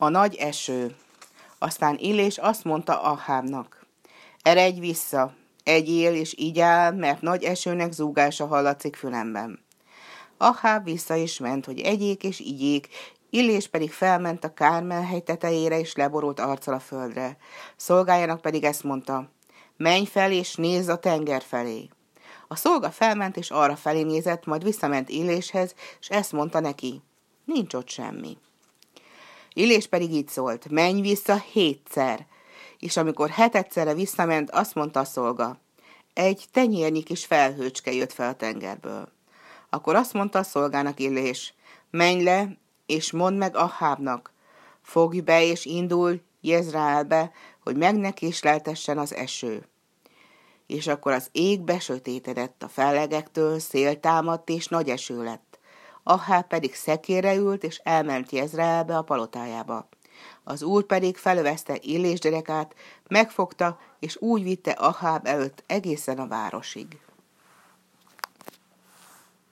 A nagy eső. Aztán Illés azt mondta Ahábnak: eredj vissza, egyél és igyál, mert nagy esőnek zúgása hallatszik fülemben. Aháb vissza is ment, hogy egyék és igyék, Illés pedig felment a Kármel-hegy tetejére, és leborult arccal a földre. Szolgájának pedig ezt mondta: menj fel, és nézz a tenger felé. A szolga felment, és arra felé nézett, majd visszament Illéshez, és ezt mondta neki: nincs ott semmi. Illés pedig így szólt: menj vissza 7-szer. És amikor 7-szerre visszament, azt mondta a szolga: egy tenyérnyi kis felhőcske jött fel a tengerből. Akkor azt mondta a szolgának Illés: menj le, és mondd meg Ahábnak: fogj be és indulj Jezreelbe, hogy meg ne késleltessen az eső. És akkor az ég besötétedett a fellegektől, szél támadt, és nagy eső lett. Aháb pedig szekérre ült, és elment Jezreelbe a palotájába. Az úr pedig felövezte Illés derekát, megfogta, és úgy vitte Aháb előtt egészen a városig.